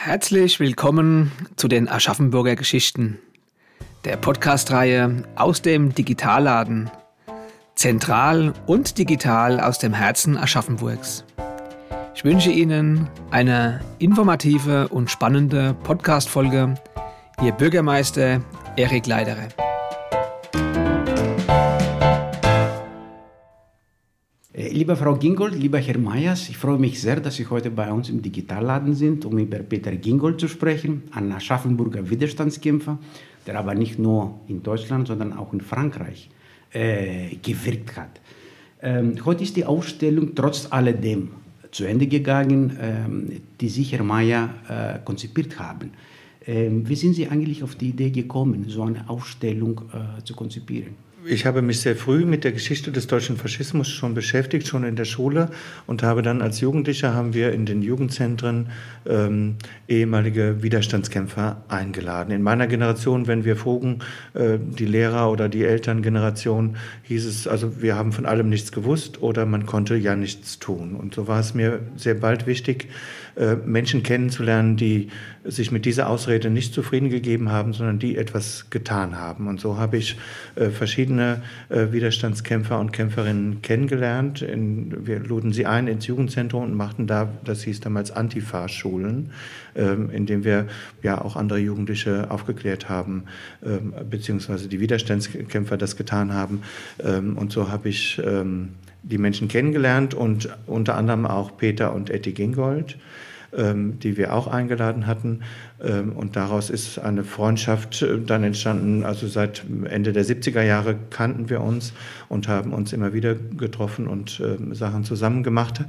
Herzlich willkommen zu den Aschaffenburger Geschichten, der Podcast-Reihe aus dem Digitalladen, zentral und digital aus dem Herzen Aschaffenburgs. Ich wünsche Ihnen eine informative und spannende Podcast-Folge. Ihr Bürgermeister Erik Leiderer. Liebe Frau Gingold, lieber Herr Meyers, ich freue mich sehr, dass Sie heute bei uns im Digitalladen sind, um über Peter Gingold zu sprechen, einen Aschaffenburger Widerstandskämpfer, der aber nicht nur in Deutschland, sondern auch in Frankreich gewirkt hat. Heute ist die Ausstellung trotz alledem zu Ende gegangen, die Sie, Herr Meyer, konzipiert haben. Wie sind Sie eigentlich auf die Idee gekommen, so eine Ausstellung zu konzipieren? Ich habe mich sehr früh mit der Geschichte des deutschen Faschismus schon beschäftigt, schon in der Schule, und habe dann als Jugendlicher, haben wir in den Jugendzentren ehemalige Widerstandskämpfer eingeladen. In meiner Generation, wenn wir frugen, die Lehrer- oder die Elterngeneration, hieß es, also wir haben von allem nichts gewusst oder man konnte ja nichts tun. Und so war es mir sehr bald wichtig, Menschen kennenzulernen, die sich mit dieser Ausrede nicht zufrieden gegeben haben, sondern die etwas getan haben. Und so habe ich verschiedene Widerstandskämpfer und Kämpferinnen kennengelernt. Wir luden sie ein ins Jugendzentrum und machten da, das hieß damals Antifa-Schulen, in dem wir ja auch andere Jugendliche aufgeklärt haben, beziehungsweise die Widerstandskämpfer das getan haben. Und so habe ich die Menschen kennengelernt und unter anderem auch Peter und Etty Gingold, die wir auch eingeladen hatten. Und daraus ist eine Freundschaft dann entstanden. Also seit Ende der 70er Jahre kannten wir uns und haben uns immer wieder getroffen und Sachen zusammen gemacht.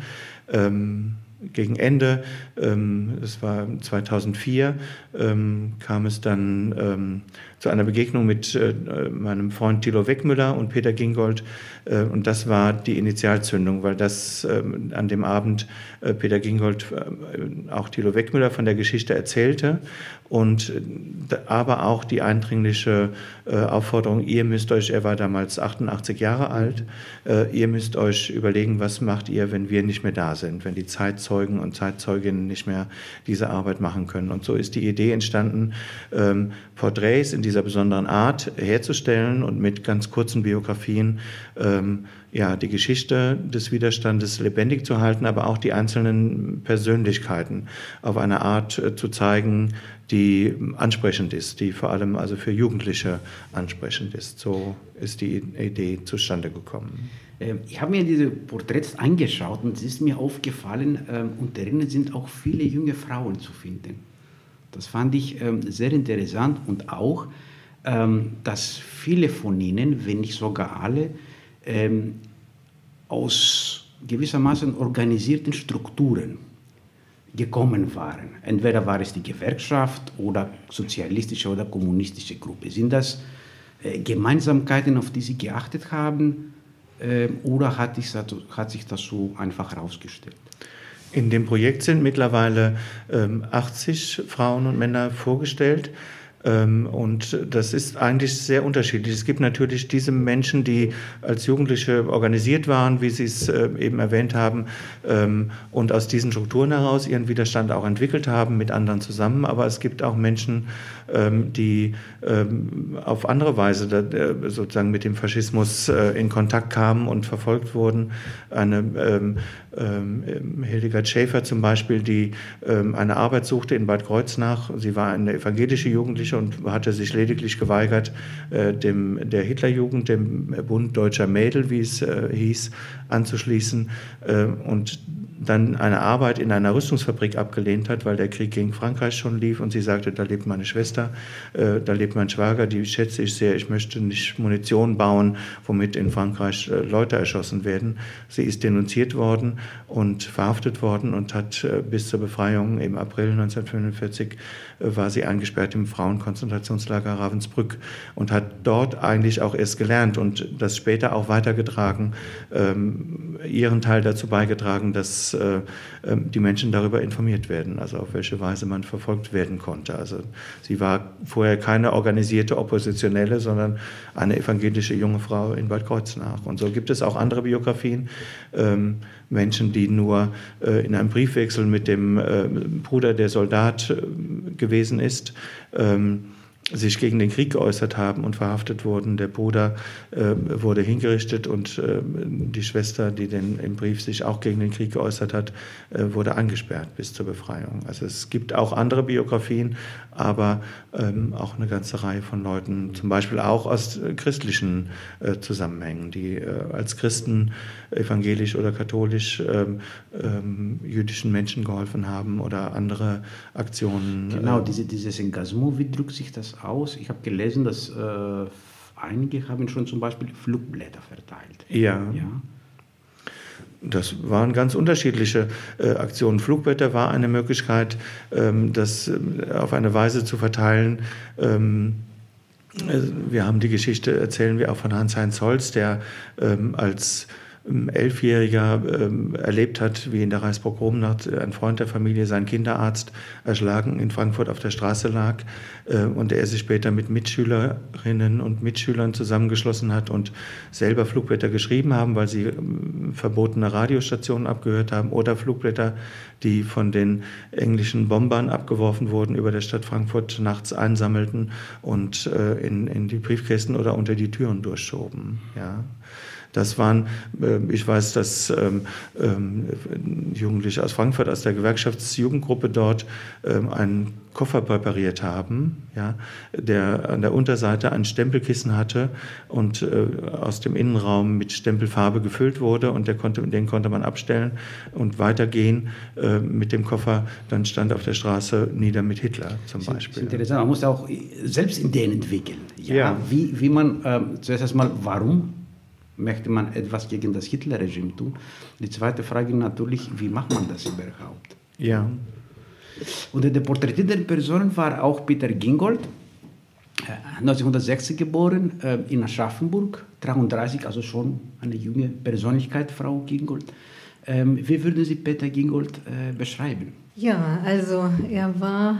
Gegen Ende, es war 2004, kam es dann zu einer Begegnung mit meinem Freund Thilo Weckmüller und Peter Gingold. Und das war die Initialzündung, weil das an dem Abend Peter Gingold auch Thilo Weckmüller von der Geschichte erzählte und aber auch die eindringliche Aufforderung, ihr müsst euch, er war damals 88 Jahre alt, ihr müsst euch überlegen, was macht ihr, wenn wir nicht mehr da sind, wenn die Zeitzeugen und Zeitzeuginnen nicht mehr diese Arbeit machen können. Und so ist die Idee entstanden, Porträts in dieser besonderen Art herzustellen und mit ganz kurzen Biografien die Geschichte des Widerstandes lebendig zu halten, aber auch die einzelnen Persönlichkeiten auf eine Art zu zeigen, die ansprechend ist, die vor allem also für Jugendliche ansprechend ist. So ist die Idee zustande gekommen. Ich habe mir diese Porträts angeschaut und es ist mir aufgefallen, unter ihnen sind auch viele junge Frauen zu finden. Das fand ich sehr interessant und auch, dass viele von ihnen, wenn nicht sogar alle, aus gewissermaßen organisierten Strukturen gekommen waren. Entweder war es die Gewerkschaft oder sozialistische oder kommunistische Gruppe. Sind das Gemeinsamkeiten, auf die Sie geachtet haben, oder hat sich das so einfach herausgestellt? In dem Projekt sind mittlerweile 80 Frauen und Männer vorgestellt. Und das ist eigentlich sehr unterschiedlich. Es gibt natürlich diese Menschen, die als Jugendliche organisiert waren, wie Sie es eben erwähnt haben, und aus diesen Strukturen heraus ihren Widerstand auch entwickelt haben mit anderen zusammen. Aber es gibt auch Menschen, die auf andere Weise sozusagen mit dem Faschismus in Kontakt kamen und verfolgt wurden. Eine Hildegard Schäfer zum Beispiel, die eine Arbeit suchte in Bad Kreuznach. Sie war eine evangelische Jugendliche und hatte sich lediglich geweigert, der Hitlerjugend, dem Bund Deutscher Mädel, wie es hieß, anzuschließen und dann eine Arbeit in einer Rüstungsfabrik abgelehnt hat, weil der Krieg gegen Frankreich schon lief und sie sagte, da lebt meine Schwester, da lebt mein Schwager, die schätze ich sehr, ich möchte nicht Munition bauen, womit in Frankreich Leute erschossen werden. Sie ist denunziert worden und verhaftet worden und hat bis zur Befreiung im April 1945 war sie eingesperrt im Frauenkonzentrationslager Ravensbrück und hat dort eigentlich auch erst gelernt und das später auch weitergetragen, ihren Teil dazu beigetragen, dass dass die Menschen darüber informiert werden, also auf welche Weise man verfolgt werden konnte. Also sie war vorher keine organisierte Oppositionelle, sondern eine evangelische junge Frau in Bad Kreuznach. Und so gibt es auch andere Biografien, Menschen, die nur in einem Briefwechsel mit dem Bruder, der Soldat gewesen ist, sich gegen den Krieg geäußert haben und verhaftet wurden. Der Bruder wurde hingerichtet und die Schwester, die im Brief sich auch gegen den Krieg geäußert hat, wurde eingesperrt bis zur Befreiung. Also es gibt auch andere Biografien, aber auch eine ganze Reihe von Leuten, zum Beispiel auch aus christlichen Zusammenhängen, die als Christen, evangelisch oder katholisch, jüdischen Menschen geholfen haben oder andere Aktionen. Genau, dieses Engagement, wie drückt sich das aus? Ich habe gelesen, dass einige haben schon zum Beispiel Flugblätter verteilt. Ja. Das waren ganz unterschiedliche Aktionen. Flugblätter war eine Möglichkeit, das auf eine Weise zu verteilen. Wir haben die Geschichte, erzählen wir auch von Hans-Heinz Holz, der als 11-Jähriger erlebt hat, wie in der Reichspogromnacht ein Freund der Familie, sein Kinderarzt, erschlagen in Frankfurt auf der Straße lag und er sich später mit Mitschülerinnen und Mitschülern zusammengeschlossen hat und selber Flugblätter geschrieben haben, weil sie verbotene Radiostationen abgehört haben oder Flugblätter, die von den englischen Bombern abgeworfen wurden, über der Stadt Frankfurt nachts einsammelten und in die Briefkästen oder unter die Türen durchschoben. Ja. Das waren, ich weiß, dass Jugendliche aus Frankfurt, aus der Gewerkschaftsjugendgruppe dort, einen Koffer präpariert haben, ja, der an der Unterseite ein Stempelkissen hatte und aus dem Innenraum mit Stempelfarbe gefüllt wurde und den konnte man abstellen und weitergehen mit dem Koffer. Dann stand auf der Straße "Nieder mit Hitler" zum Beispiel. Das ist interessant, man muss auch selbst Ideen entwickeln. Ja. Wie man, zuerst erstmal, warum möchte man etwas gegen das Hitler-Regime tun? Die zweite Frage natürlich, wie macht man das überhaupt? Ja. Und der porträtierten Person war auch Peter Gingold, 1960 geboren, in Aschaffenburg, 33, also schon eine junge Persönlichkeit, Frau Gingold. Wie würden Sie Peter Gingold beschreiben? Ja, also er war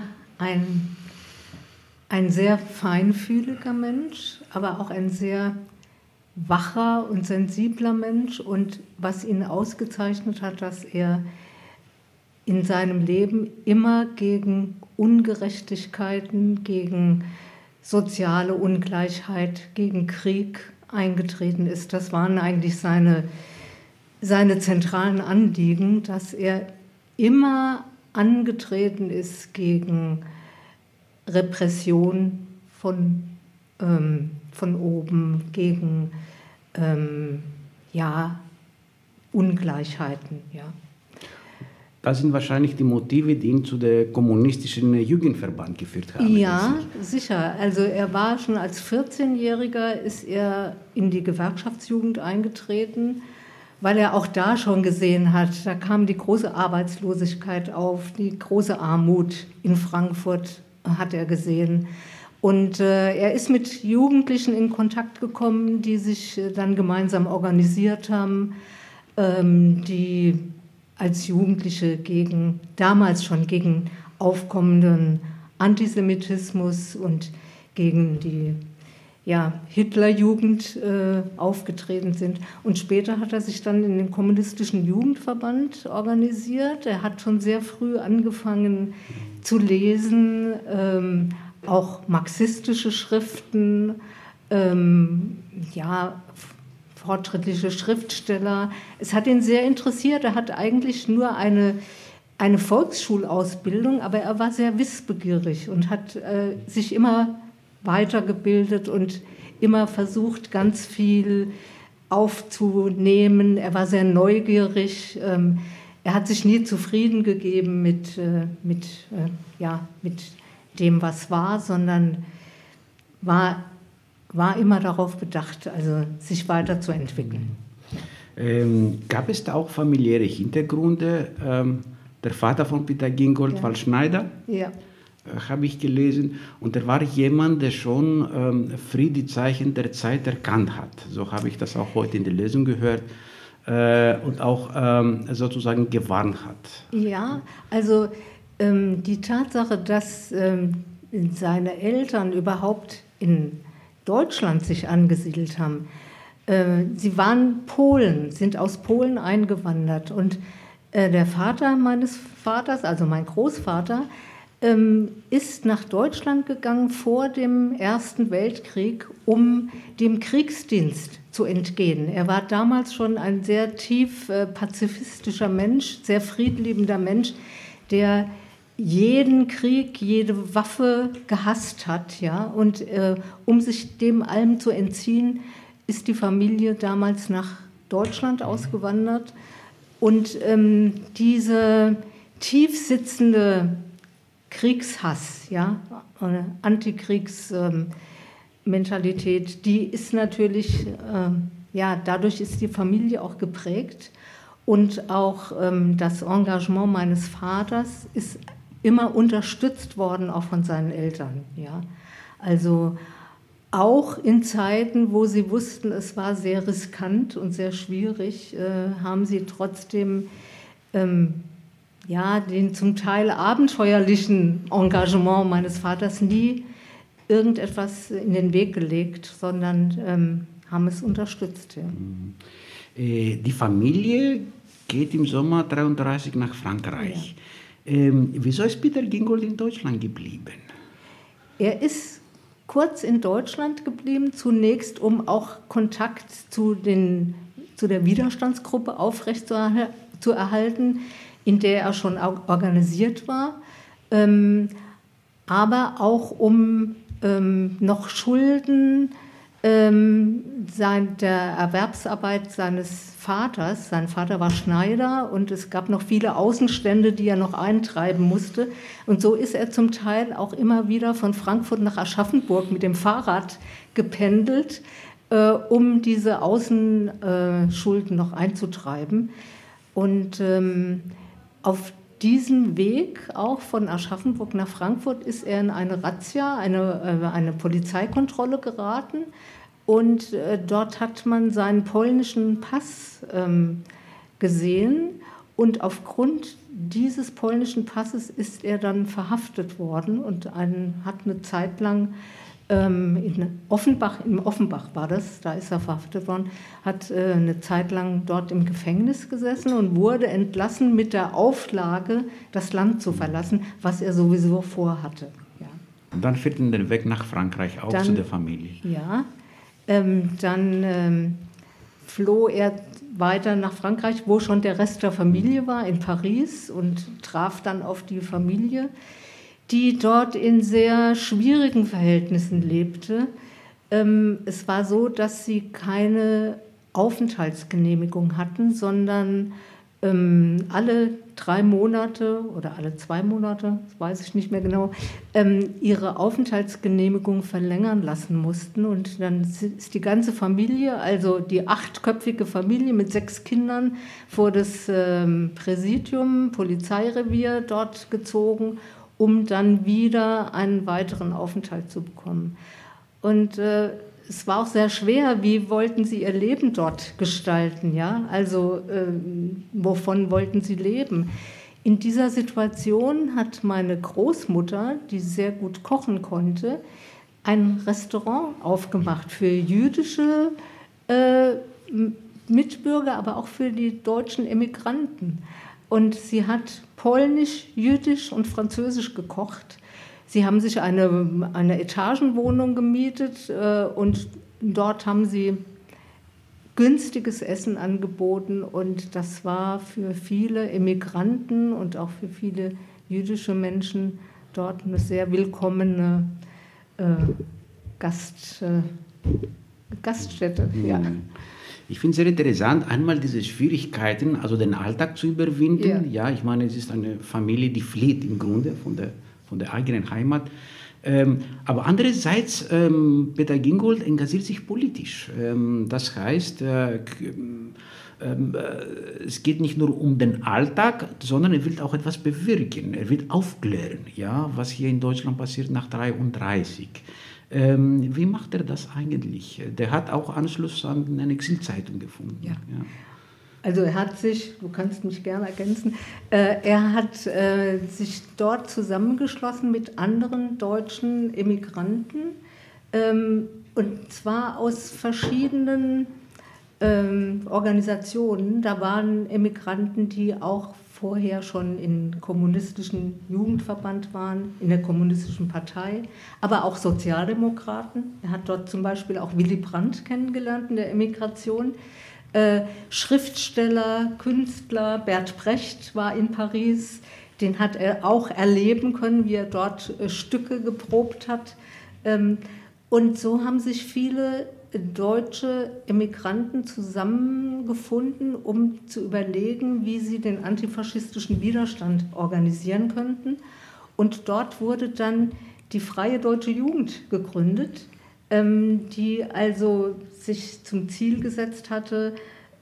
ein sehr feinfühliger Mensch, aber auch ein sehr wacher und sensibler Mensch. Und was ihn ausgezeichnet hat, dass er in seinem Leben immer gegen Ungerechtigkeiten, gegen soziale Ungleichheit, gegen Krieg eingetreten ist. Das waren eigentlich seine zentralen Anliegen, dass er immer angetreten ist gegen Repression von oben, gegen Ungleichheiten. Ja. Das sind wahrscheinlich die Motive, die ihn zu der kommunistischen Jugendverband geführt haben. Ja, sicher. Also er war schon als 14-Jähriger ist er in die Gewerkschaftsjugend eingetreten, weil er auch da schon gesehen hat, da kam die große Arbeitslosigkeit auf, die große Armut in Frankfurt hat er gesehen. Und er ist mit Jugendlichen in Kontakt gekommen, die sich dann gemeinsam organisiert haben, die als Jugendliche damals schon gegen aufkommenden Antisemitismus und gegen die Hitlerjugend aufgetreten sind. Und später hat er sich dann in den kommunistischen Jugendverband organisiert. Er hat schon sehr früh angefangen zu lesen, auch marxistische Schriften, fortschrittliche Schriftsteller. Es hat ihn sehr interessiert. Er hat eigentlich nur eine Volksschulausbildung, aber er war sehr wissbegierig und hat sich immer weitergebildet und immer versucht, ganz viel aufzunehmen. Er war sehr neugierig. Er hat sich nie zufrieden gegeben mit dem, was war, sondern war immer darauf bedacht, also sich weiterzuentwickeln. Gab es da auch familiäre Hintergründe? Der Vater von Peter Gingold war Schneider, habe ich gelesen. Und er war jemand, der schon früh die Zeichen der Zeit erkannt hat. So habe ich das auch heute in der Lesung gehört. und auch sozusagen gewarnt hat. Ja, also die Tatsache, dass seine Eltern überhaupt in Deutschland sich angesiedelt haben, sie waren Polen, sind aus Polen eingewandert und der Vater meines Vaters, also mein Großvater, ist nach Deutschland gegangen vor dem Ersten Weltkrieg, um dem Kriegsdienst zu entgehen. Er war damals schon ein sehr tief pazifistischer Mensch, sehr friedliebender Mensch, der jeden Krieg, jede Waffe gehasst hat. Ja? Und um sich dem allem zu entziehen, ist die Familie damals nach Deutschland ausgewandert. Und diese tief sitzende Kriegshass, ja, Antikriegsmentalität, die ist natürlich, dadurch ist die Familie auch geprägt und auch das Engagement meines Vaters ist immer unterstützt worden, auch von seinen Eltern, ja. Also auch in Zeiten, wo sie wussten, es war sehr riskant und sehr schwierig, haben sie trotzdem den zum Teil abenteuerlichen Engagement meines Vaters nie irgendetwas in den Weg gelegt, sondern haben es unterstützt. Ja. Die Familie geht im Sommer 1933 nach Frankreich. Ja. Wieso ist Peter Gingold in Deutschland geblieben? Er ist kurz in Deutschland geblieben, zunächst um auch Kontakt zu der Widerstandsgruppe aufrechtzuerhalten, in der er schon organisiert war, aber auch um noch Schulden der Erwerbsarbeit seines Vaters. Sein Vater war Schneider und es gab noch viele Außenstände, die er noch eintreiben musste. Und so ist er zum Teil auch immer wieder von Frankfurt nach Aschaffenburg mit dem Fahrrad gependelt, um diese Außenschulden noch einzutreiben. Und auf diesem Weg, auch von Aschaffenburg nach Frankfurt, ist er in eine Razzia, eine Polizeikontrolle geraten. Und dort hat man seinen polnischen Pass gesehen. Und aufgrund dieses polnischen Passes ist er dann verhaftet worden und hat eine Zeit lang in Offenbach war das, da ist er verhaftet worden, hat eine Zeit lang dort im Gefängnis gesessen und wurde entlassen mit der Auflage, das Land zu verlassen, was er sowieso vorhatte. Ja. Und dann führt er den Weg nach Frankreich, auch zu der Familie. Ja, dann floh er weiter nach Frankreich, wo schon der Rest der Familie war, in Paris, und traf dann auf die Familie, die dort in sehr schwierigen Verhältnissen lebte. Es war so, dass sie keine Aufenthaltsgenehmigung hatten, sondern alle 3 Monate oder alle 2 Monate, das weiß ich nicht mehr genau, ihre Aufenthaltsgenehmigung verlängern lassen mussten. Und dann ist die ganze Familie, also die 8-köpfige Familie mit 6 Kindern, vor das Präsidium, Polizeirevier dort gezogen, um dann wieder einen weiteren Aufenthalt zu bekommen. Und es war auch sehr schwer, wie wollten sie ihr Leben dort gestalten, ja? Also wovon wollten sie leben? In dieser Situation hat meine Großmutter, die sehr gut kochen konnte, ein Restaurant aufgemacht für jüdische Mitbürger, aber auch für die deutschen Emigranten. Und sie hat Polnisch, Jüdisch und Französisch gekocht. Sie haben sich eine Etagenwohnung gemietet und dort haben sie günstiges Essen angeboten. Und das war für viele Emigranten und auch für viele jüdische Menschen dort eine sehr willkommene Gaststätte. Ja. Ich finde es sehr interessant, einmal diese Schwierigkeiten, also den Alltag zu überwinden. Ja, ich meine, es ist eine Familie, die flieht im Grunde von der eigenen Heimat. Aber andererseits, Peter Gingold engagiert sich politisch. Das heißt, es geht nicht nur um den Alltag, sondern er will auch etwas bewirken. Er will aufklären, ja, was hier in Deutschland passiert nach 1933. Wie macht er das eigentlich? Der hat auch Anschluss an eine Exilzeitung gefunden. Ja. Also er hat sich, du kannst mich gerne ergänzen, er hat sich dort zusammengeschlossen mit anderen deutschen Emigranten, und zwar aus verschiedenen Organisationen. Da waren Emigranten, die auch vorher schon im kommunistischen Jugendverband waren, in der kommunistischen Partei, aber auch Sozialdemokraten. Er hat dort zum Beispiel auch Willy Brandt kennengelernt in der Emigration. Schriftsteller, Künstler, Bert Brecht war in Paris, den hat er auch erleben können, wie er dort Stücke geprobt hat. Und so haben sich viele deutsche Emigranten zusammengefunden, um zu überlegen, wie sie den antifaschistischen Widerstand organisieren könnten. Und dort wurde dann die Freie Deutsche Jugend gegründet, die also sich zum Ziel gesetzt hatte,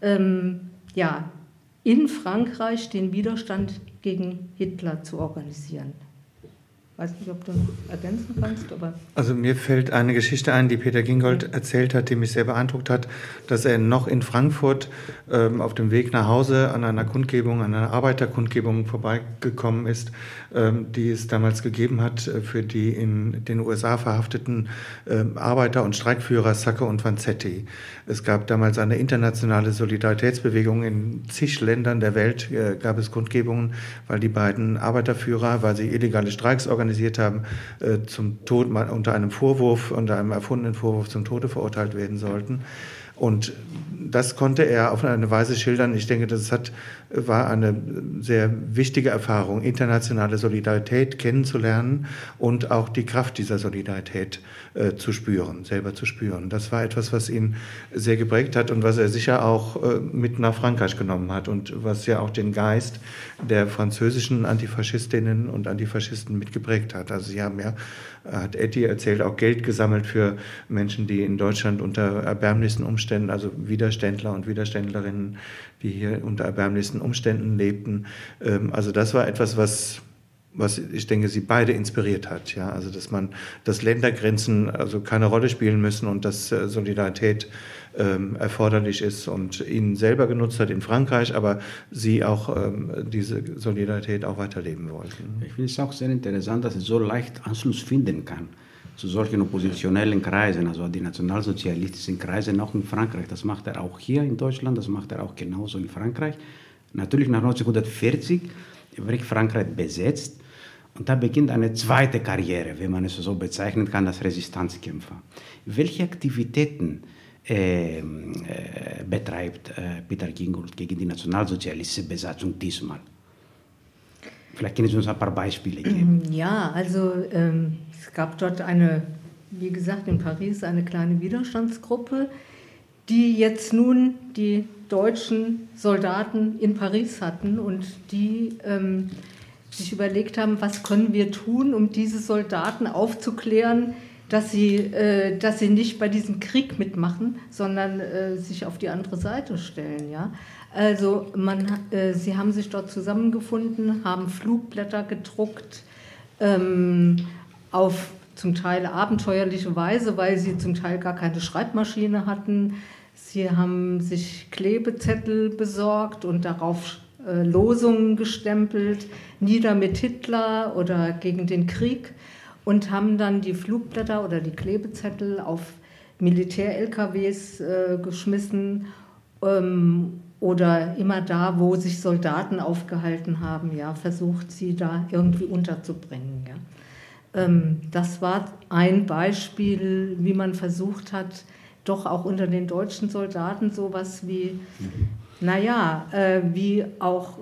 in Frankreich den Widerstand gegen Hitler zu organisieren. Ich weiß nicht, ob du noch ergänzen kannst, aber... Also mir fällt eine Geschichte ein, die Peter Gingold erzählt hat, die mich sehr beeindruckt hat, dass er noch in Frankfurt auf dem Weg nach Hause an einer Kundgebung, an einer Arbeiterkundgebung vorbeigekommen ist, die es damals gegeben hat für die in den USA verhafteten Arbeiter- und Streikführer Sacke und Vanzetti. Es gab damals eine internationale Solidaritätsbewegung in zig Ländern der Welt, gab es Kundgebungen, weil die beiden Arbeiterführer, weil sie illegale Streiks organisiert haben, zum Tod unter einem erfundenen Vorwurf zum Tode verurteilt werden sollten. Und das konnte er auf eine Weise schildern. Ich denke, war eine sehr wichtige Erfahrung, internationale Solidarität kennenzulernen und auch die Kraft dieser Solidarität selber zu spüren. Das war etwas, was ihn sehr geprägt hat und was er sicher auch mit nach Frankreich genommen hat und was ja auch den Geist der französischen Antifaschistinnen und Antifaschisten mitgeprägt hat. Also sie haben ja, hat Etty erzählt, auch Geld gesammelt für Menschen, die in Deutschland unter erbärmlichsten Umständen, also Widerständler und Widerständlerinnen, die hier unter erbärmlichsten Umständen lebten. Also das war etwas, was ich denke, sie beide inspiriert hat. Ja? Also dass Ländergrenzen also keine Rolle spielen müssen und dass Solidarität erforderlich ist und ihn selber genutzt hat in Frankreich, aber sie auch diese Solidarität auch weiterleben wollten. Ich finde es auch sehr interessant, dass es so leicht Anschluss finden kann zu solchen oppositionellen Kreisen, also die nationalsozialistischen Kreise, auch in Frankreich. Das macht er auch hier in Deutschland, das macht er auch genauso in Frankreich. Natürlich nach 1940 wird Frankreich besetzt und da beginnt eine zweite Karriere, wenn man es so bezeichnen kann, als Resistenzkämpfer. Welche Aktivitäten betreibt Peter Gingold gegen die nationalsozialistische Besatzung diesmal? Vielleicht können Sie uns ein paar Beispiele geben. Ja, also es gab dort wie gesagt, in Paris eine kleine Widerstandsgruppe, die jetzt nun die deutschen Soldaten in Paris hatten und die sich überlegt haben, was können wir tun, um diese Soldaten aufzuklären, dass sie nicht bei diesem Krieg mitmachen, sondern sich auf die andere Seite stellen. Ja? Also sie haben sich dort zusammengefunden, haben Flugblätter gedruckt, auf zum Teil abenteuerliche Weise, weil sie zum Teil gar keine Schreibmaschine hatten. Sie haben sich Klebezettel besorgt und darauf Losungen gestempelt, nieder mit Hitler oder gegen den Krieg, und haben dann die Flugblätter oder die Klebezettel auf Militär-LKWs geschmissen oder immer da, wo sich Soldaten aufgehalten haben, ja, versucht, sie da irgendwie unterzubringen. Ja. Das war ein Beispiel, wie man versucht hat, doch auch unter den deutschen Soldaten sowas wie, wie auch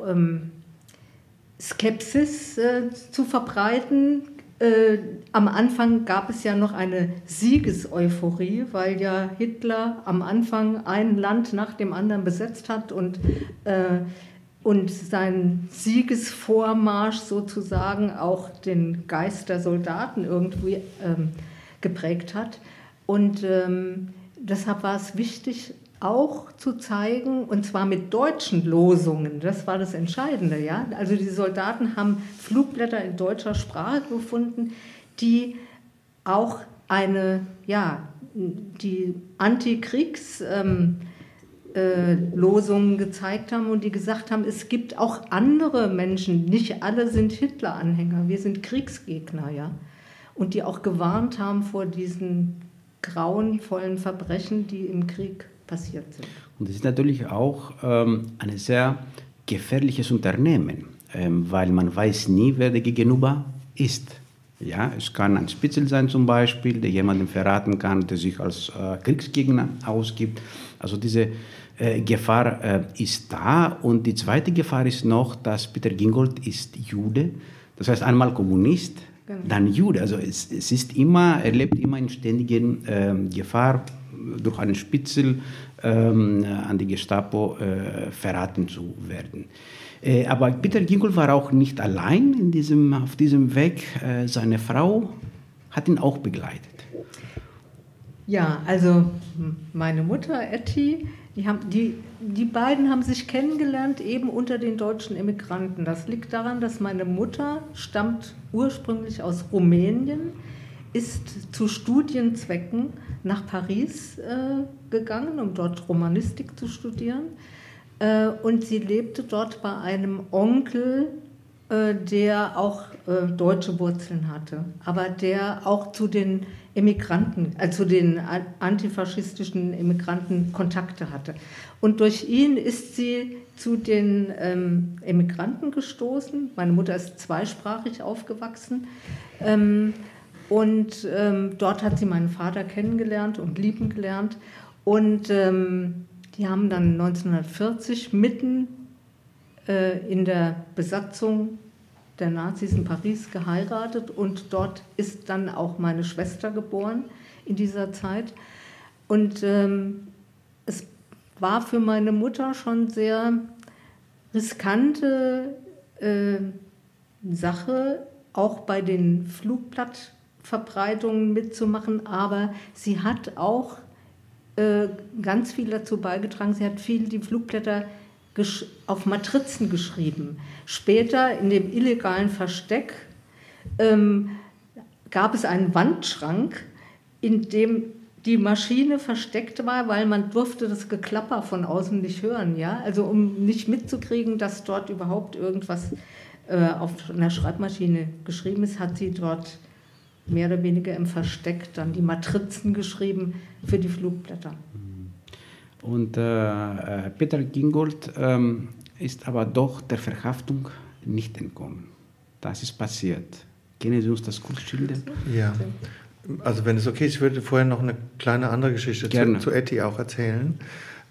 Skepsis zu verbreiten. Am Anfang gab es ja noch eine Siegeseuphorie, weil ja Hitler am Anfang ein Land nach dem anderen besetzt hat und sein Siegesvormarsch sozusagen auch den Geist der Soldaten irgendwie geprägt hat. Und deshalb war es wichtig, auch zu zeigen, und zwar mit deutschen Losungen, das war das Entscheidende. Ja? Also die Soldaten haben Flugblätter in deutscher Sprache gefunden, die auch die Antikriegs- Losungen gezeigt haben und die gesagt haben, es gibt auch andere Menschen, nicht alle sind Hitler-Anhänger, wir sind Kriegsgegner, ja. Und die auch gewarnt haben vor diesen grauenvollen Verbrechen, die im Krieg passiert sind. Und es ist natürlich auch ein sehr gefährliches Unternehmen, weil man weiß nie, wer der Gegenüber ist. Ja, es kann ein Spitzel sein zum Beispiel, der jemanden verraten kann, der sich als Kriegsgegner ausgibt. Also diese Gefahr ist da. Und die zweite Gefahr ist noch, dass Peter Gingold ist Jude, das heißt einmal Kommunist, genau, dann Jude. Also er lebt immer in ständiger Gefahr, durch einen Spitzel an die Gestapo verraten zu werden. Aber Peter Gingold war auch nicht allein auf diesem Weg. Seine Frau hat ihn auch begleitet. Ja, also meine Mutter, Etty, die beiden haben sich kennengelernt eben unter den deutschen Immigranten. Das liegt daran, dass meine Mutter stammt ursprünglich aus Rumänien, ist zu Studienzwecken nach Paris gegangen, um dort Romanistik zu studieren. Und sie lebte dort bei einem Onkel, der auch deutsche Wurzeln hatte, aber der auch zu den Immigranten, zu den antifaschistischen Immigranten Kontakte hatte. Und durch ihn ist sie zu den Immigranten gestoßen. Meine Mutter ist zweisprachig aufgewachsen. Und dort hat sie meinen Vater kennengelernt und lieben gelernt. Und die haben dann 1940 mitten in der Besatzung der Nazis in Paris geheiratet. Und dort ist dann auch meine Schwester geboren in dieser Zeit. Und es war für meine Mutter schon sehr riskante Sache, auch bei den Flugblattverbreitungen mitzumachen. Aber sie hat auch ganz viel dazu beigetragen. Sie hat viel die Flugblätter auf Matrizen geschrieben. Später in dem illegalen Versteck gab es einen Wandschrank, in dem die Maschine versteckt war, weil man durfte das Geklapper von außen nicht hören. Ja? Also um nicht mitzukriegen, dass dort überhaupt irgendwas auf einer Schreibmaschine geschrieben ist, hat sie dort mehr oder weniger im Versteck dann die Matrizen geschrieben für die Flugblätter. Und Peter Gingold ist aber doch der Verhaftung nicht entkommen. Das ist passiert. Können Sie uns das kurz schildern? Ja, also wenn es okay ist, ich würde vorher noch eine kleine andere Geschichte zu Etty auch erzählen.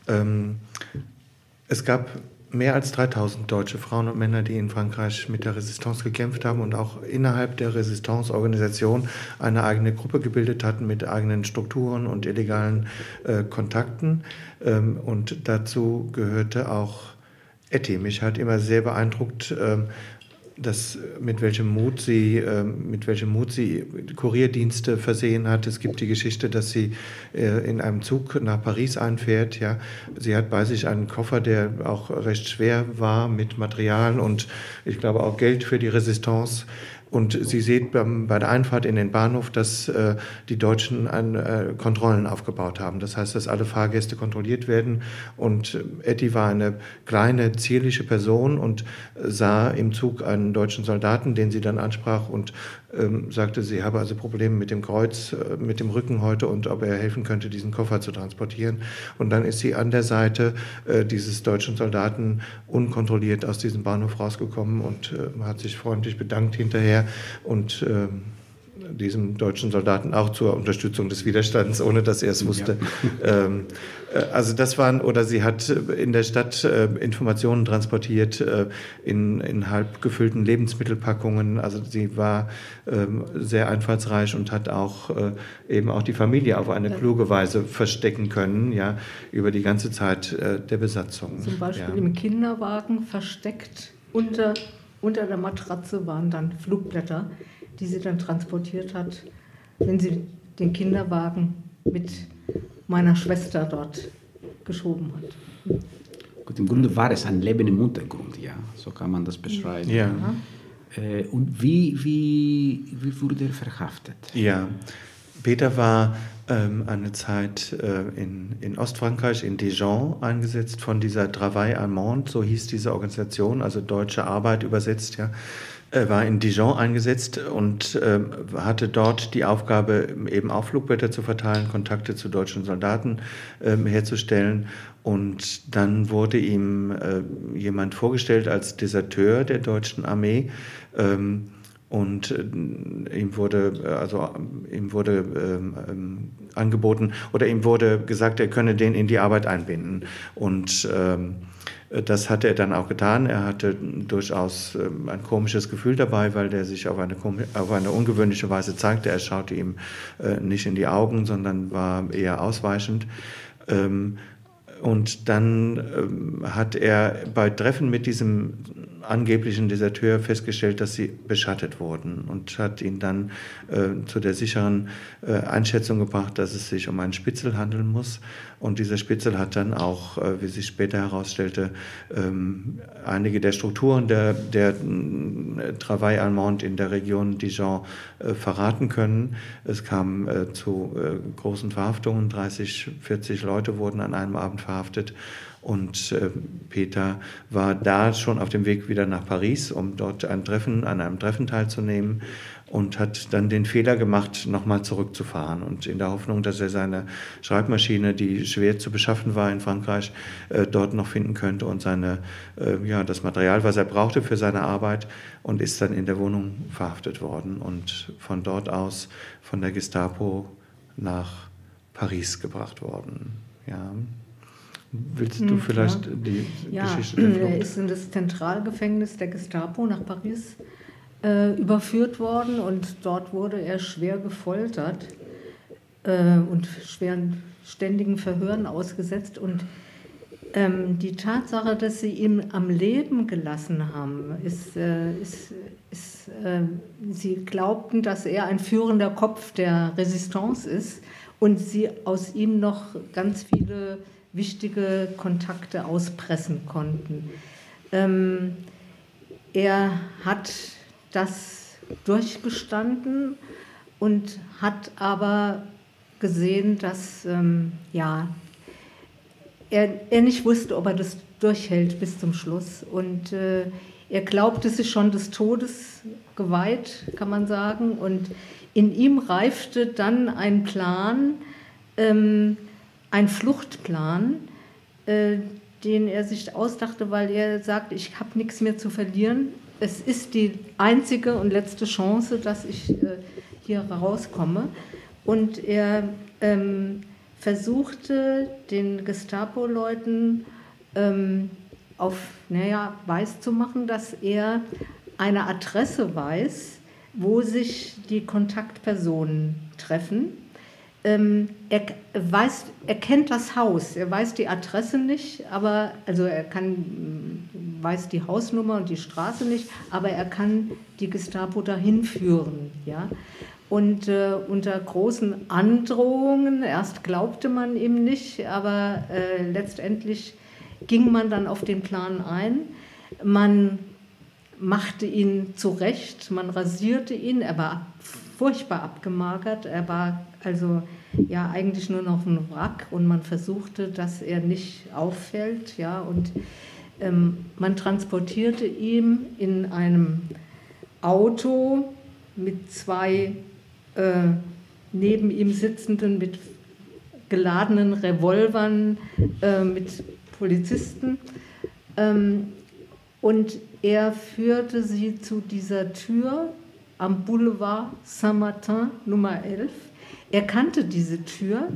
Es gab mehr als 3000 deutsche Frauen und Männer, die in Frankreich mit der Resistance gekämpft haben und auch innerhalb der Resistance-Organisation eine eigene Gruppe gebildet hatten mit eigenen Strukturen und illegalen Kontakten. Und dazu gehörte auch Etty. Mich hat immer sehr beeindruckt, mit welchem Mut sie Kurierdienste versehen hat. Es gibt die Geschichte, dass sie in einem Zug nach Paris einfährt. Ja. Sie hat bei sich einen Koffer, der auch recht schwer war mit Material und ich glaube auch Geld für die Resistance. Und sie sieht bei der Einfahrt in den Bahnhof, dass die Deutschen Kontrollen aufgebaut haben. Das heißt, dass alle Fahrgäste kontrolliert werden. Und Etty war eine kleine, zierliche Person und sah im Zug einen deutschen Soldaten, den sie dann ansprach und sagte, sie habe also Probleme mit dem Kreuz, mit dem Rücken heute und ob er helfen könnte, diesen Koffer zu transportieren. Und dann ist sie an der Seite dieses deutschen Soldaten unkontrolliert aus diesem Bahnhof rausgekommen und hat sich freundlich bedankt hinterher und diesem deutschen Soldaten auch zur Unterstützung des Widerstands, ohne dass er es wusste. Ja. Also das waren, oder sie hat in der Stadt Informationen transportiert in halb gefüllten Lebensmittelpackungen. Also sie war sehr einfallsreich und hat auch eben auch die Familie auf eine kluge Weise verstecken können, ja, über die ganze Zeit der Besatzung. Zum Beispiel im Kinderwagen versteckt unter der Matratze waren dann Flugblätter, die sie dann transportiert hat, wenn sie den Kinderwagen mit meiner Schwester dort geschoben hat. Gut, im Grunde war es ein Leben im Untergrund, ja, so kann man das beschreiben. Ja. Und wie wurde er verhaftet? Ja, Peter war eine Zeit in Ostfrankreich, in Dijon eingesetzt von dieser Travail Allemand, so hieß diese Organisation, also deutsche Arbeit übersetzt, ja. Er war in Dijon eingesetzt und hatte dort die Aufgabe, eben auch Flugblätter zu verteilen, Kontakte zu deutschen Soldaten herzustellen. Und dann wurde ihm jemand vorgestellt als Deserteur der deutschen Armee. Und ihm wurde angeboten oder ihm wurde gesagt, er könne den in die Arbeit einbinden. Und das hat er dann auch getan. Er hatte durchaus ein komisches Gefühl dabei, weil der sich auf eine ungewöhnliche Weise zeigte. Er schaute ihm nicht in die Augen, sondern war eher ausweichend. Und dann hat er bei Treffen mit diesem angeblichen Deserteur festgestellt, dass sie beschattet wurden und hat ihn dann zu der sicheren Einschätzung gebracht, dass es sich um einen Spitzel handeln muss. Und dieser Spitzel hat dann auch, wie sich später herausstellte, einige der Strukturen der Travail Allemand in der Region Dijon verraten können. Es kam zu großen Verhaftungen, 30, 40 Leute wurden an einem Abend verhaftet. Und Peter war da schon auf dem Weg wieder nach Paris, um dort an einem Treffen teilzunehmen und hat dann den Fehler gemacht, nochmal zurückzufahren. Und in der Hoffnung, dass er seine Schreibmaschine, die schwer zu beschaffen war in Frankreich, dort noch finden könnte und das Material, was er brauchte für seine Arbeit, und ist dann in der Wohnung verhaftet worden und von dort aus von der Gestapo nach Paris gebracht worden. Ja. Willst du vielleicht die Geschichte der Flucht? Er ist in das Zentralgefängnis der Gestapo nach Paris überführt worden und dort wurde er schwer gefoltert und schweren ständigen Verhören ausgesetzt. Und die Tatsache, dass sie ihn am Leben gelassen haben, sie glaubten, dass er ein führender Kopf der Resistance ist und sie aus ihm noch ganz viele wichtige Kontakte auspressen konnten. Er hat das durchgestanden und hat aber gesehen, dass er nicht wusste, ob er das durchhält bis zum Schluss. Und er glaubte sich schon des Todes geweiht, kann man sagen. Und in ihm reifte dann ein Plan, ein Fluchtplan, den er sich ausdachte, weil er sagt, ich habe nichts mehr zu verlieren. Es ist die einzige und letzte Chance, dass ich hier rauskomme. Und er versuchte, den Gestapo-Leuten weiß zu machen, dass er eine Adresse weiß, wo sich die Kontaktpersonen treffen. Er kennt das Haus, er weiß die Adresse nicht, aber also weiß die Hausnummer und die Straße nicht, aber er kann die Gestapo dahin führen, ja. Und unter großen Androhungen, erst glaubte man ihm nicht, aber letztendlich ging man dann auf den Plan ein. Man machte ihn zurecht, man rasierte ihn, er war furchtbar abgemagert, er war also ja eigentlich nur noch ein Wrack und man versuchte, dass er nicht auffällt, ja, und man transportierte ihn in einem Auto mit zwei neben ihm sitzenden, mit geladenen Revolvern, mit Polizisten. Und er führte sie zu dieser Tür am Boulevard Saint-Martin Nummer 11. Er kannte diese Tür.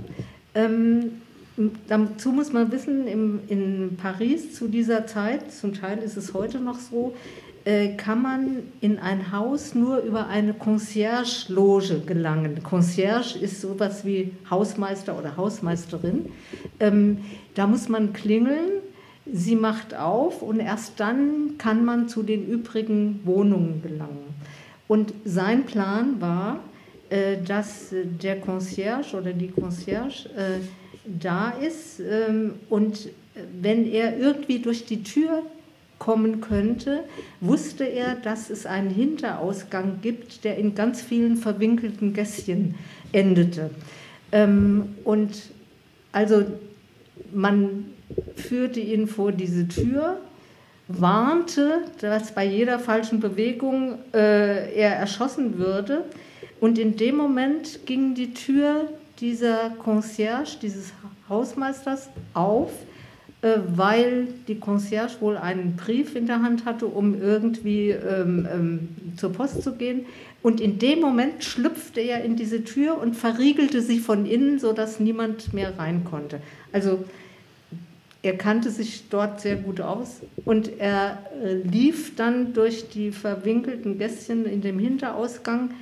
Dazu muss man wissen, in Paris zu dieser Zeit, zum Teil ist es heute noch so, kann man in ein Haus nur über eine Concierge-Loge gelangen. Concierge ist sowas wie Hausmeister oder Hausmeisterin. Da muss man klingeln, sie macht auf und erst dann kann man zu den übrigen Wohnungen gelangen. Und sein Plan war, dass der Concierge oder die Concierge da ist und wenn er irgendwie durch die Tür kommen könnte, wusste er, dass es einen Hinterausgang gibt, der in ganz vielen verwinkelten Gässchen endete. Und also man führte ihn vor diese Tür, warnte, dass bei jeder falschen Bewegung er erschossen würde. Und in dem Moment ging die Tür dieser Concierge, dieses Hausmeisters, auf, weil die Concierge wohl einen Brief in der Hand hatte, um irgendwie zur Post zu gehen. Und in dem Moment schlüpfte er in diese Tür und verriegelte sie von innen, sodass niemand mehr rein konnte. Also er kannte sich dort sehr gut aus und er lief dann durch die verwinkelten Gässchen in dem Hinterausgang.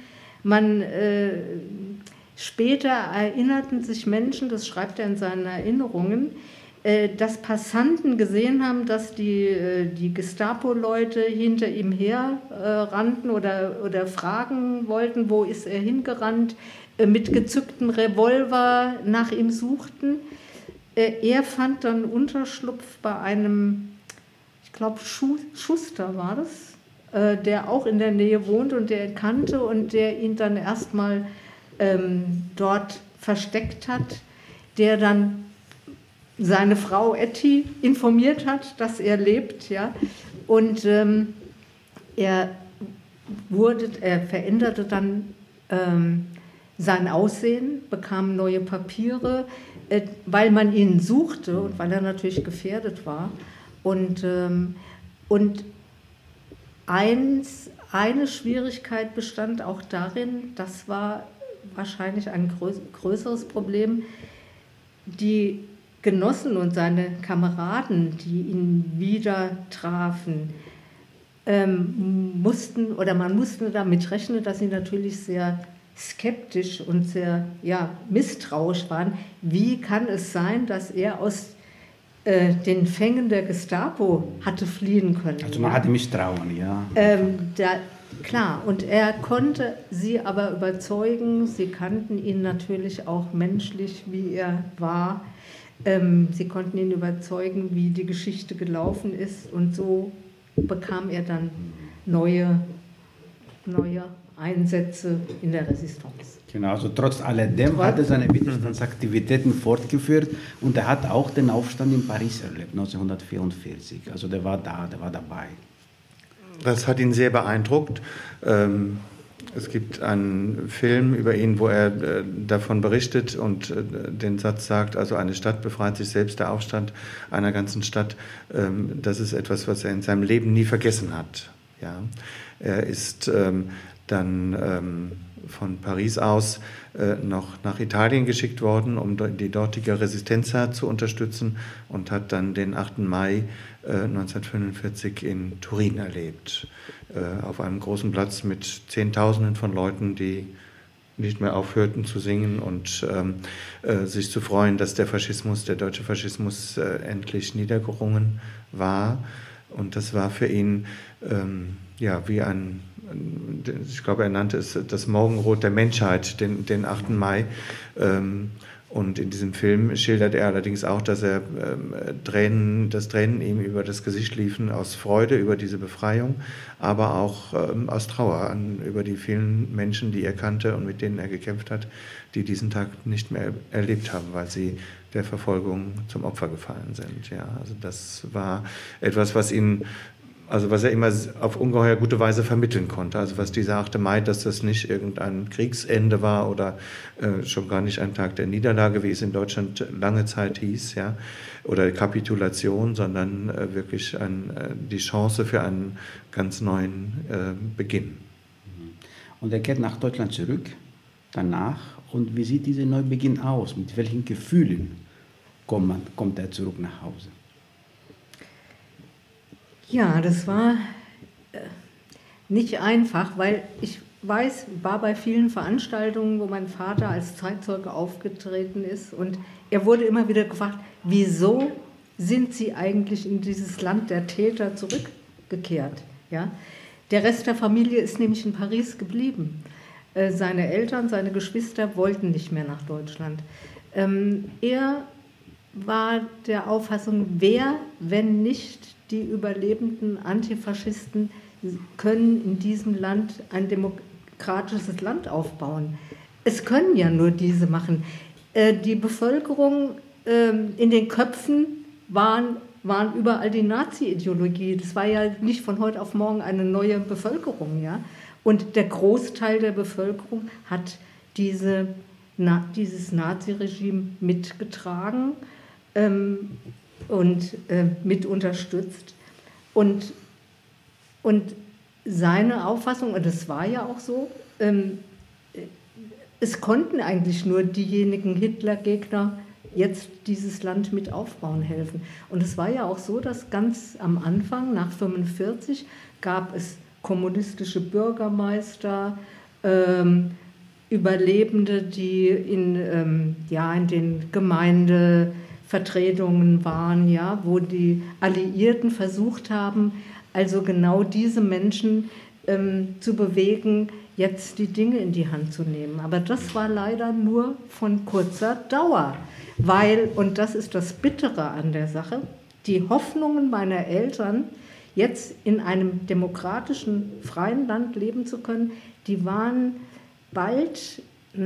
Später erinnerten sich Menschen, das schreibt er in seinen Erinnerungen, dass Passanten gesehen haben, dass die Gestapo-Leute hinter ihm her rannten oder fragen wollten, wo ist er hingerannt, mit gezücktem Revolver nach ihm suchten. Er fand dann Unterschlupf bei einem, ich glaube Schuster war das, der auch in der Nähe wohnt und der ihn kannte und der ihn dann erstmal dort versteckt hat, der dann seine Frau Etty informiert hat, dass er lebt, ja, und er veränderte dann sein Aussehen, bekam neue Papiere, weil man ihn suchte und weil er natürlich gefährdet war. Und eine Schwierigkeit bestand auch darin, das war wahrscheinlich ein größeres Problem, die Genossen und seine Kameraden, die ihn wieder trafen, man musste damit rechnen, dass sie natürlich sehr skeptisch und sehr misstrauisch waren. Wie kann es sein, dass er aus den Fängen der Gestapo hatte fliehen können? Also man hatte Misstrauen, ja. Klar, und er konnte sie aber überzeugen, sie kannten ihn natürlich auch menschlich, wie er war. Sie konnten ihn überzeugen, wie die Geschichte gelaufen ist, und so bekam er dann neue Einsätze in der Resistance. Genau, also trotz alledem hat er seine Widerstandsaktivitäten fortgeführt und er hat auch den Aufstand in Paris erlebt, 1944. Also der war dabei. Das hat ihn sehr beeindruckt. Es gibt einen Film über ihn, wo er davon berichtet und den Satz sagt, also eine Stadt befreit sich selbst, der Aufstand einer ganzen Stadt. Das ist etwas, was er in seinem Leben nie vergessen hat. Ja. Er ist dann von Paris aus noch nach Italien geschickt worden, um die dortige Resistenza zu unterstützen, und hat dann den 8. Mai 1945 in Turin erlebt, auf einem großen Platz mit Zehntausenden von Leuten, die nicht mehr aufhörten zu singen und sich zu freuen, dass der deutsche Faschismus endlich niedergerungen war. Und das war für ihn wie ich glaube, er nannte es das Morgenrot der Menschheit, den 8. Mai. Und in diesem Film schildert er allerdings auch, dass Tränen ihm über das Gesicht liefen, aus Freude über diese Befreiung, aber auch aus Trauer über die vielen Menschen, die er kannte und mit denen er gekämpft hat, die diesen Tag nicht mehr erlebt haben, weil sie der Verfolgung zum Opfer gefallen sind. Ja, also das war etwas, was er immer auf ungeheuer gute Weise vermitteln konnte. Also was dieser 8. Mai, dass das nicht irgendein Kriegsende war oder schon gar nicht ein Tag der Niederlage, wie es in Deutschland lange Zeit hieß, ja, oder Kapitulation, sondern wirklich die Chance für einen ganz neuen Beginn. Und er kehrt nach Deutschland zurück, danach. Und wie sieht dieser Neubeginn aus? Mit welchen Gefühlen kommt er zurück nach Hause? Ja, das war nicht einfach, weil ich war bei vielen Veranstaltungen, wo mein Vater als Zeitzeuge aufgetreten ist, und er wurde immer wieder gefragt, wieso sind Sie eigentlich in dieses Land der Täter zurückgekehrt? Ja? Der Rest der Familie ist nämlich in Paris geblieben. Seine Eltern, seine Geschwister wollten nicht mehr nach Deutschland. Er war der Auffassung, wer, wenn nicht die überlebenden Antifaschisten, können in diesem Land ein demokratisches Land aufbauen. Es können ja nur diese machen. die Bevölkerung, in den Köpfen waren überall die Nazi-Ideologie. Das war ja nicht von heute auf morgen eine neue Bevölkerung. Ja? Und der Großteil der Bevölkerung hat dieses Nazi-Regime mitgetragen und mit unterstützt. Und seine Auffassung, und das war ja auch so, es konnten eigentlich nur diejenigen Hitler-Gegner jetzt dieses Land mit aufbauen helfen. Und es war ja auch so, dass ganz am Anfang, nach 1945, gab es kommunistische Bürgermeister, Überlebende, die in den Gemeindevertretungen waren, ja, wo die Alliierten versucht haben, also genau diese Menschen zu bewegen, jetzt die Dinge in die Hand zu nehmen. Aber das war leider nur von kurzer Dauer, weil, und das ist das Bittere an der Sache, die Hoffnungen meiner Eltern, jetzt in einem demokratischen, freien Land leben zu können, die waren bald,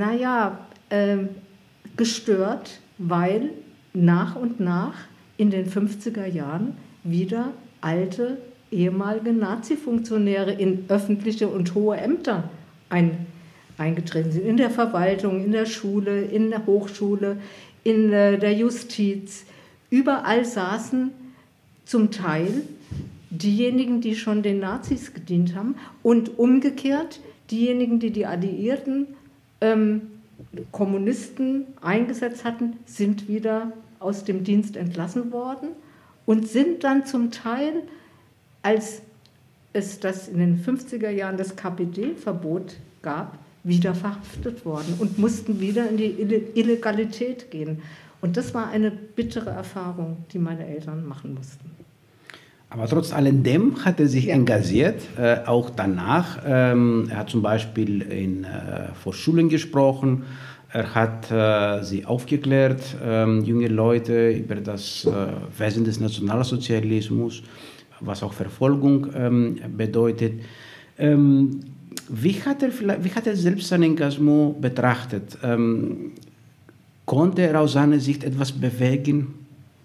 gestört, weil nach und nach in den 50er Jahren wieder alte, ehemalige Nazi-Funktionäre in öffentliche und hohe Ämter eingetreten sind. In der Verwaltung, in der Schule, in der Hochschule, in der Justiz. Überall saßen zum Teil diejenigen, die schon den Nazis gedient haben, und umgekehrt diejenigen, die die Alliierten Kommunisten eingesetzt hatten, sind wieder aus dem Dienst entlassen worden und sind dann zum Teil, als es das in den 50er Jahren das KPD-Verbot gab, wieder verhaftet worden und mussten wieder in die Illegalität gehen. Und das war eine bittere Erfahrung, die meine Eltern machen mussten. Aber trotz alledem hat er sich engagiert, auch danach. Er hat zum Beispiel vor Schulen gesprochen. Er hat sie aufgeklärt, junge Leute, über das Wesen des Nationalsozialismus, was auch Verfolgung bedeutet. Wie hat er selbst sein Engagement betrachtet? Konnte er aus seiner Sicht etwas bewegen?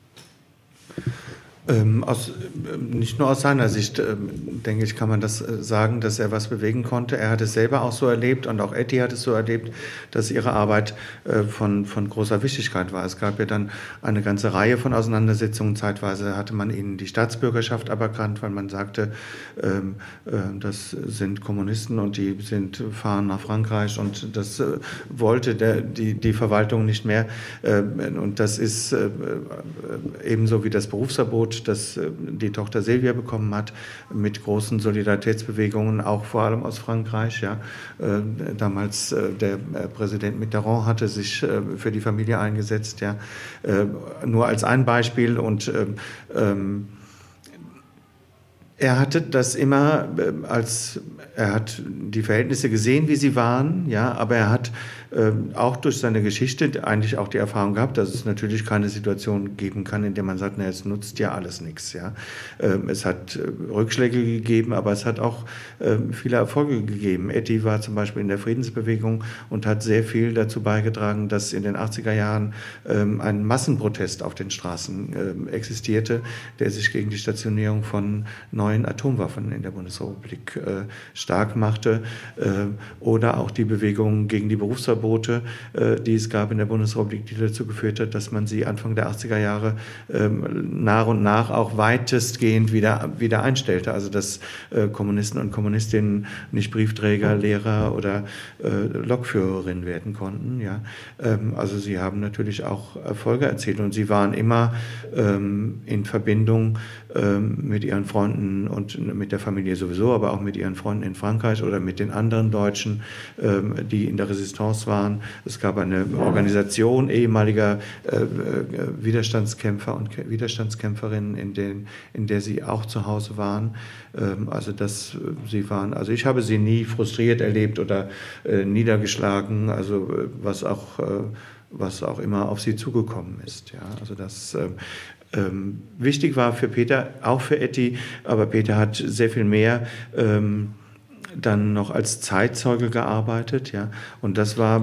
Nicht nur aus seiner Sicht, denke ich, kann man das sagen, dass er was bewegen konnte. Er hat es selber auch so erlebt und auch Etty hat es so erlebt, dass ihre Arbeit von großer Wichtigkeit war. Es gab ja dann eine ganze Reihe von Auseinandersetzungen. Zeitweise hatte man ihnen die Staatsbürgerschaft aberkannt, weil man sagte, das sind Kommunisten und die fahren nach Frankreich, und das wollte die Verwaltung nicht mehr. Und das ist ebenso wie das Berufsverbot, das die Tochter Silvia bekommen hat, mit großen Solidaritätsbewegungen, auch vor allem aus Frankreich. Ja. Damals der Präsident Mitterrand hatte sich für die Familie eingesetzt. Ja. Nur als ein Beispiel. Und er hatte das immer er hat die Verhältnisse gesehen, wie sie waren, ja, aber er hat auch durch seine Geschichte eigentlich auch die Erfahrung gehabt, dass es natürlich keine Situation geben kann, in der man sagt, es nutzt ja alles nichts. Ja. Es hat Rückschläge gegeben, aber es hat auch viele Erfolge gegeben. Etty war zum Beispiel in der Friedensbewegung und hat sehr viel dazu beigetragen, dass in den 80er Jahren ein Massenprotest auf den Straßen existierte, der sich gegen die Stationierung von neuen Atomwaffen in der Bundesrepublik stark machte, oder auch die Bewegung gegen die Berufsverbote, die es gab in der Bundesrepublik, die dazu geführt hat, dass man sie Anfang der 80er Jahre nach und nach auch weitestgehend wieder einstellte. Also dass Kommunisten und Kommunistinnen nicht Briefträger, Lehrer oder Lokführerinnen werden konnten. Ja. Also sie haben natürlich auch Erfolge erzielt und sie waren immer in Verbindung mit ihren Freunden und mit der Familie sowieso, aber auch mit ihren Freunden in Frankreich oder mit den anderen Deutschen, die in der Resistance waren. Es gab eine Organisation ehemaliger Widerstandskämpfer und Widerstandskämpferinnen, in der sie auch zu Hause waren. Also ich habe sie nie frustriert erlebt oder niedergeschlagen, also was auch immer auf sie zugekommen ist. Ja, also das wichtig war für Peter, auch für Etty, aber Peter hat sehr viel mehr dann noch als Zeitzeuge gearbeitet, ja, und das war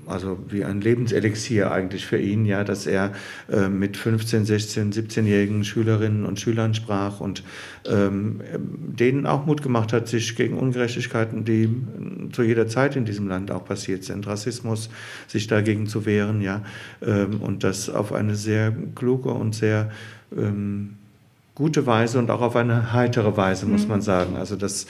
also wie ein Lebenselixier eigentlich für ihn, ja, dass er mit 15, 16, 17-jährigen Schülerinnen und Schülern sprach und denen auch Mut gemacht hat, sich gegen Ungerechtigkeiten, die zu jeder Zeit in diesem Land auch passiert sind, Rassismus, sich dagegen zu wehren, ja, und das auf eine sehr kluge und sehr gute Weise und auch auf eine heitere Weise, muss man sagen. Also dass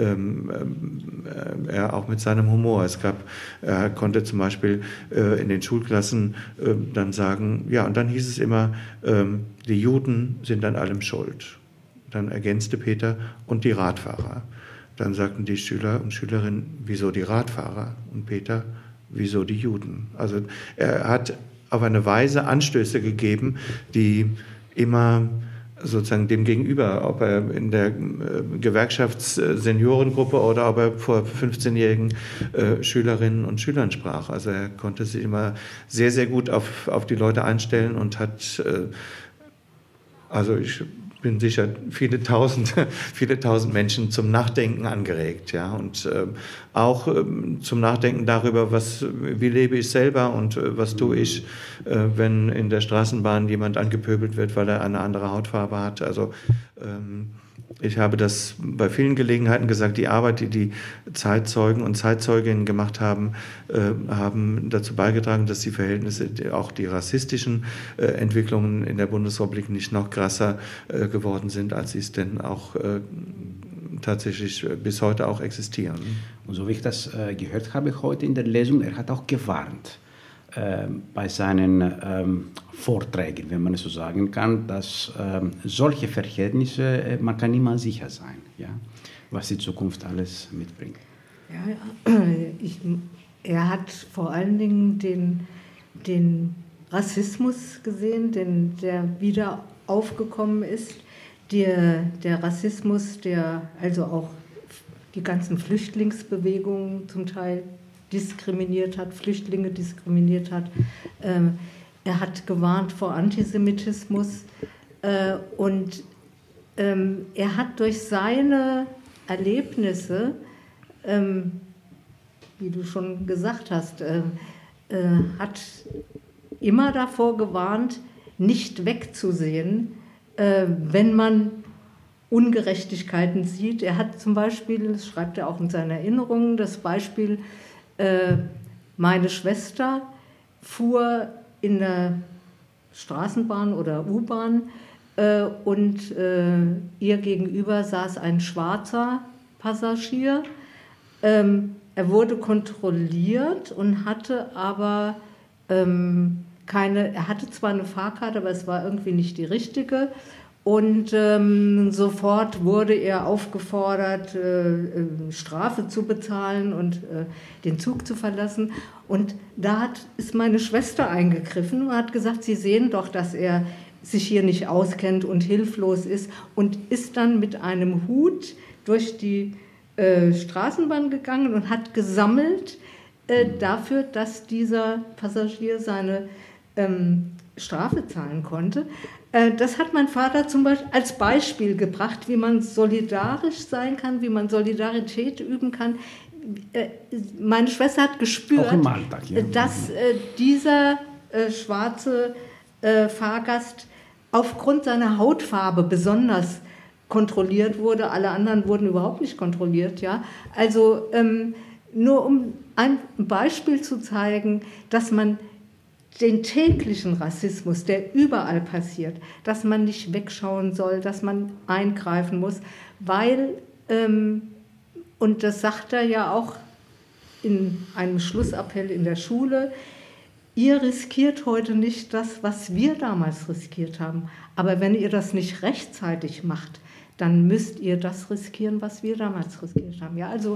er auch mit seinem Humor, er konnte zum Beispiel in den Schulklassen dann sagen, ja, und dann hieß es immer, die Juden sind an allem schuld. Dann ergänzte Peter, und die Radfahrer. Dann sagten die Schüler und Schülerinnen, wieso die Radfahrer? Und Peter, wieso die Juden? Also er hat auf eine Weise Anstöße gegeben, die immer sozusagen dem Gegenüber, ob er in der Gewerkschaftssensorengruppe oder ob er vor 15-jährigen Schülerinnen und Schülern sprach. Also er konnte sich immer sehr, sehr gut auf die Leute einstellen und hat, also ich bin sicher, viele tausend Menschen zum Nachdenken angeregt, ja, und auch zum Nachdenken darüber, wie lebe ich selber und was tue ich, wenn in der Straßenbahn jemand angepöbelt wird, weil er eine andere Hautfarbe hat. Also ich habe das bei vielen Gelegenheiten gesagt, die Arbeit, die die Zeitzeugen und Zeitzeuginnen gemacht haben, haben dazu beigetragen, dass die Verhältnisse, auch die rassistischen Entwicklungen in der Bundesrepublik nicht noch krasser geworden sind, als sie es denn auch tatsächlich bis heute auch existieren. Und so wie ich das gehört habe heute in der Lesung, er hat auch gewarnt bei seinen Vorträgen, wenn man es so sagen kann, dass solche Verhältnisse, man kann niemals sicher sein, ja, was die Zukunft alles mitbringt. Ja, er hat vor allen Dingen den Rassismus gesehen, der wieder aufgekommen ist, der Rassismus, der also auch die ganzen Flüchtlingsbewegungen zum Teil diskriminiert hat, Flüchtlinge diskriminiert hat. Er hat gewarnt vor Antisemitismus und er hat durch seine Erlebnisse, wie du schon gesagt hast, hat immer davor gewarnt, nicht wegzusehen, wenn man Ungerechtigkeiten sieht. Er hat zum Beispiel, das schreibt er auch in seinen Erinnerungen, das Beispiel, meine Schwester fuhr in der Straßenbahn oder U-Bahn und ihr gegenüber saß ein schwarzer Passagier. Er wurde kontrolliert und hatte aber er hatte zwar eine Fahrkarte, aber es war irgendwie nicht die richtige. Und sofort wurde er aufgefordert, Strafe zu bezahlen und den Zug zu verlassen. Und da ist meine Schwester eingegriffen und hat gesagt, Sie sehen doch, dass er sich hier nicht auskennt und hilflos ist, und ist dann mit einem Hut durch die Straßenbahn gegangen und hat gesammelt dafür, dass dieser Passagier seine Strafe zahlen konnte. Das hat mein Vater zum Beispiel als Beispiel gebracht, wie man solidarisch sein kann, wie man Solidarität üben kann. Meine Schwester hat gespürt, auch im Alltag, ja, dass dieser schwarze Fahrgast aufgrund seiner Hautfarbe besonders kontrolliert wurde. Alle anderen wurden überhaupt nicht kontrolliert. Ja? Also nur um ein Beispiel zu zeigen, dass man den täglichen Rassismus, der überall passiert, dass man nicht wegschauen soll, dass man eingreifen muss, weil, und das sagt er ja auch in einem Schlussappell in der Schule, ihr riskiert heute nicht das, was wir damals riskiert haben, aber wenn ihr das nicht rechtzeitig macht, dann müsst ihr das riskieren, was wir damals riskiert haben. Ja, also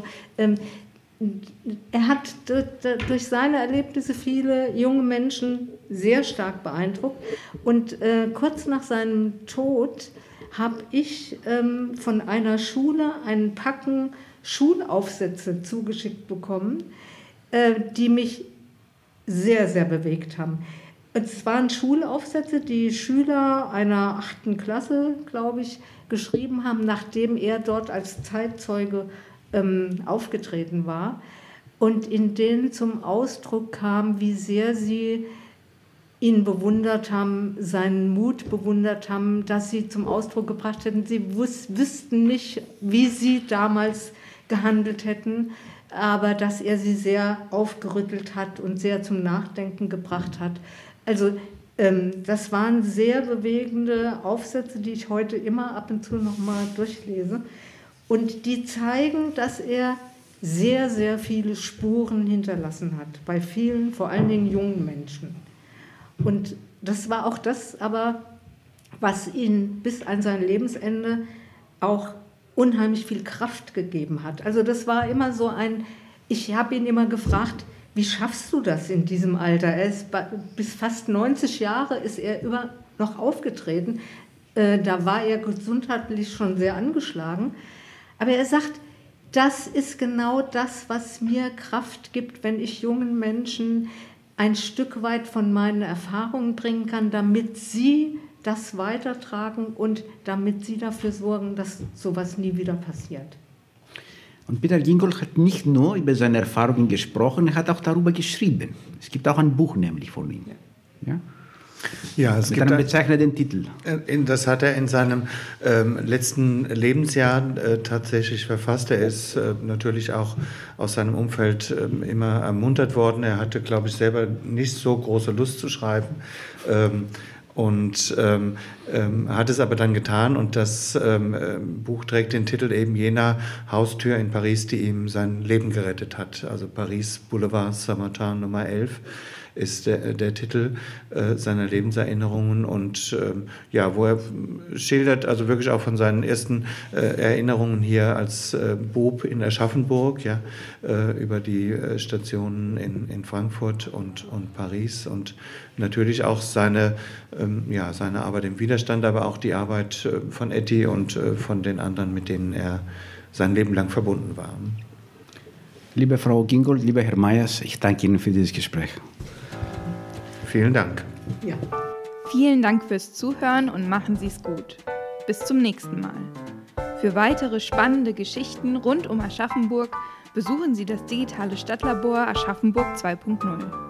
er hat durch seine Erlebnisse viele junge Menschen sehr stark beeindruckt. Und kurz nach seinem Tod habe ich von einer Schule einen Packen Schulaufsätze zugeschickt bekommen, die mich sehr, sehr bewegt haben. Es waren Schulaufsätze, die Schüler einer 8. Klasse, glaube ich, geschrieben haben, nachdem er dort als Zeitzeuge aufgetreten war. und in denen zum Ausdruck kam, wie sehr sie ihn bewundert haben, seinen Mut bewundert haben, dass sie zum Ausdruck gebracht hätten, sie wüssten nicht, wie sie damals gehandelt hätten, aber dass er sie sehr aufgerüttelt hat und sehr zum Nachdenken gebracht hat. Also das waren sehr bewegende Aufsätze, die ich heute immer ab und zu noch mal durchlese. Und die zeigen, dass er sehr, sehr viele Spuren hinterlassen hat, bei vielen, vor allen Dingen jungen Menschen. Und das war auch das, aber was ihn bis an sein Lebensende auch unheimlich viel Kraft gegeben hat. Also das war immer so ich habe ihn immer gefragt, wie schaffst du das in diesem Alter? Bis fast 90 Jahre ist er noch aufgetreten. Da war er gesundheitlich schon sehr angeschlagen. Aber er sagt, das ist genau das, was mir Kraft gibt, wenn ich jungen Menschen ein Stück weit von meinen Erfahrungen bringen kann, damit sie das weitertragen und damit sie dafür sorgen, dass sowas nie wieder passiert. Und Peter Gingold hat nicht nur über seine Erfahrungen gesprochen, er hat auch darüber geschrieben. Es gibt auch ein Buch nämlich von ihm. Ja? Ja, es mit gibt einem bezeichnenden Titel. Das hat er in seinem letzten Lebensjahr tatsächlich verfasst. Er ist natürlich auch aus seinem Umfeld immer ermuntert worden. Er hatte, glaube ich, selber nicht so große Lust zu schreiben. Und hat es aber dann getan, und das Buch trägt den Titel eben jener Haustür in Paris, die ihm sein Leben gerettet hat. Also Paris, Boulevard Saint-Martin Nummer 11 ist der Titel seiner Lebenserinnerungen, und ja, wo er schildert, also wirklich auch von seinen ersten Erinnerungen hier als Bub in Aschaffenburg, ja, über die Stationen in Frankfurt und Paris, und natürlich auch seine Arbeit im Widerstand, aber auch die Arbeit von Etty und von den anderen, mit denen er sein Leben lang verbunden war. Liebe Frau Gingold, lieber Herr Meyers, ich danke Ihnen für dieses Gespräch. Vielen Dank. Ja. Vielen Dank fürs Zuhören und machen Sie es gut. Bis zum nächsten Mal. Für weitere spannende Geschichten rund um Aschaffenburg besuchen Sie das digitale Stadtlabor Aschaffenburg 2.0.